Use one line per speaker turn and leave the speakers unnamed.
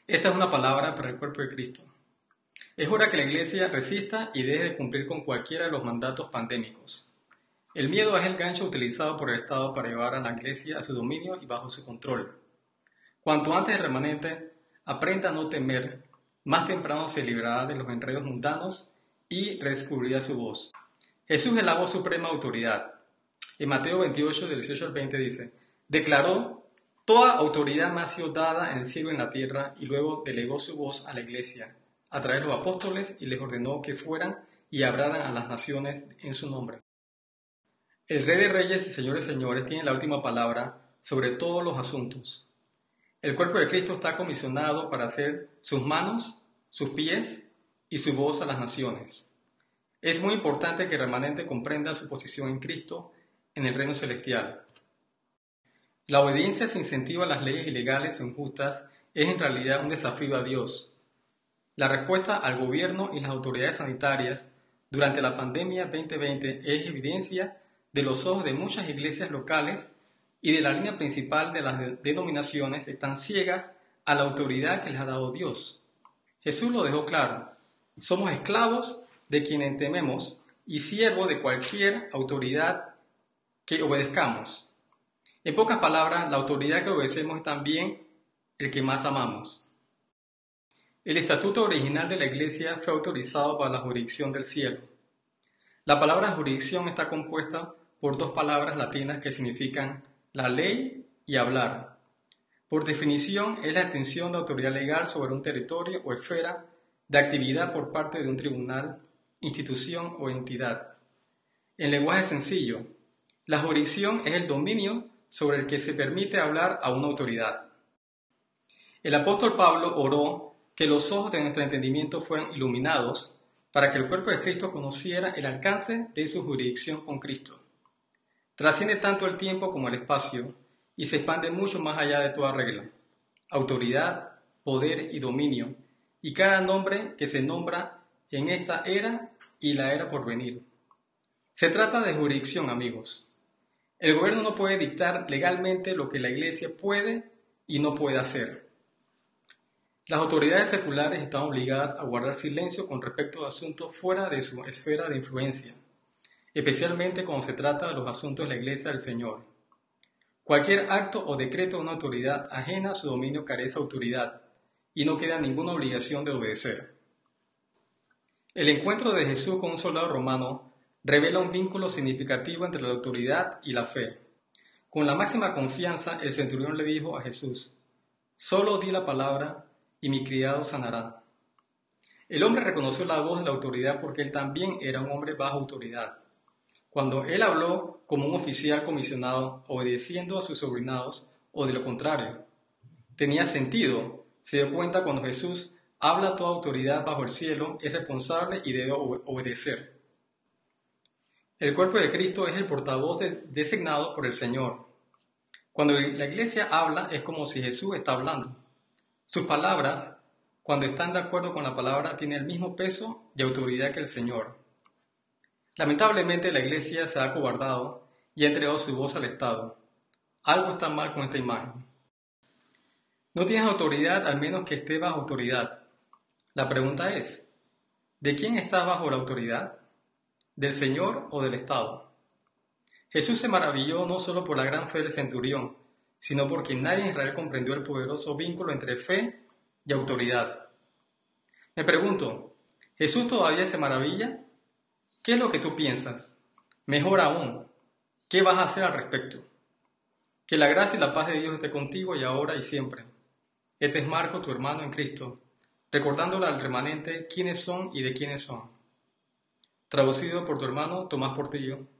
Esta es una palabra para el cuerpo de Cristo. Es hora que la Iglesia resista y deje de cumplir con cualquiera de los mandatos pandémicos. El miedo es el gancho utilizado por el Estado para llevar a la Iglesia a su dominio y bajo su control. Cuanto antes el remanente aprenda a no temer, más temprano se librará de los enredos mundanos y redescubrirá su voz. Jesús es la voz suprema de autoridad. En Mateo 28, del 18 al 20 dice: declaró: toda autoridad me ha sido dada en el cielo y en la tierra, y luego delegó su voz a la Iglesia, a través de los apóstoles, y les ordenó que fueran y hablaran a las naciones en su nombre. El Rey de Reyes y Señor de Señores tiene la última palabra sobre todos los asuntos. El cuerpo de Cristo está comisionado para hacer sus manos, sus pies y su voz a las naciones. Es muy importante que el remanente comprenda su posición en Cristo en el reino celestial. La obediencia sin incentivo a las leyes ilegales o injustas es en realidad un desafío a Dios. La respuesta al gobierno y las autoridades sanitarias durante la pandemia 2020 es evidencia de los ojos de muchas iglesias locales y de la línea principal de las denominaciones están ciegas a la autoridad que les ha dado Dios. Jesús lo dejó claro: somos esclavos de quienes tememos y siervos de cualquier autoridad que obedezcamos. En pocas palabras, la autoridad que obedecemos es también el que más amamos. El estatuto original de la Iglesia fue autorizado para la jurisdicción del cielo. La palabra jurisdicción está compuesta por dos palabras latinas que significan la ley y hablar. Por definición, es la extensión de autoridad legal sobre un territorio o esfera de actividad por parte de un tribunal, institución o entidad. En lenguaje sencillo, la jurisdicción es el dominio sobre el que se permite hablar a una autoridad. El apóstol Pablo oró que los ojos de nuestro entendimiento fueran iluminados para que el cuerpo de Cristo conociera el alcance de su jurisdicción con Cristo. Trasciende tanto el tiempo como el espacio y se expande mucho más allá de toda regla, autoridad, poder y dominio, y cada nombre que se nombra en esta era y la era por venir. Se trata de jurisdicción, amigos. El gobierno no puede dictar legalmente lo que la Iglesia puede y no puede hacer. Las autoridades seculares están obligadas a guardar silencio con respecto a asuntos fuera de su esfera de influencia, especialmente cuando se trata de los asuntos de la Iglesia del Señor. Cualquier acto o decreto de una autoridad ajena a su dominio carece de autoridad y no queda ninguna obligación de obedecer. El encuentro de Jesús con un soldado romano revela un vínculo significativo entre la autoridad y la fe. Con la máxima confianza, el centurión le dijo a Jesús: solo di la palabra y mi criado sanará. El hombre reconoció la voz de la autoridad porque él también era un hombre bajo autoridad. Cuando él habló como un oficial comisionado, obedeciendo a sus subordinados, o de lo contrario, tenía sentido. Se dio cuenta cuando Jesús habla: toda autoridad bajo el cielo es responsable y debe obedecer. El cuerpo de Cristo es el portavoz designado por el Señor. Cuando la Iglesia habla, es como si Jesús está hablando. Sus palabras, cuando están de acuerdo con la palabra, tienen el mismo peso y autoridad que el Señor. Lamentablemente, la Iglesia se ha acobardado y ha entregado su voz al Estado. Algo está mal con esta imagen. No tienes autoridad al menos que esté bajo autoridad. La pregunta es: ¿de quién estás bajo la autoridad? ¿Del Señor o del Estado? Jesús se maravilló no solo por la gran fe del centurión, sino porque nadie en Israel comprendió el poderoso vínculo entre fe y autoridad. Me pregunto, ¿Jesús todavía se maravilla? ¿Qué es lo que tú piensas? Mejor aún, ¿qué vas a hacer al respecto? Que la gracia y la paz de Dios esté contigo y ahora y siempre. Este es Marco, tu hermano en Cristo, recordándole al remanente quiénes son y de quiénes son. Traducido por tu hermano Tomás Portillo.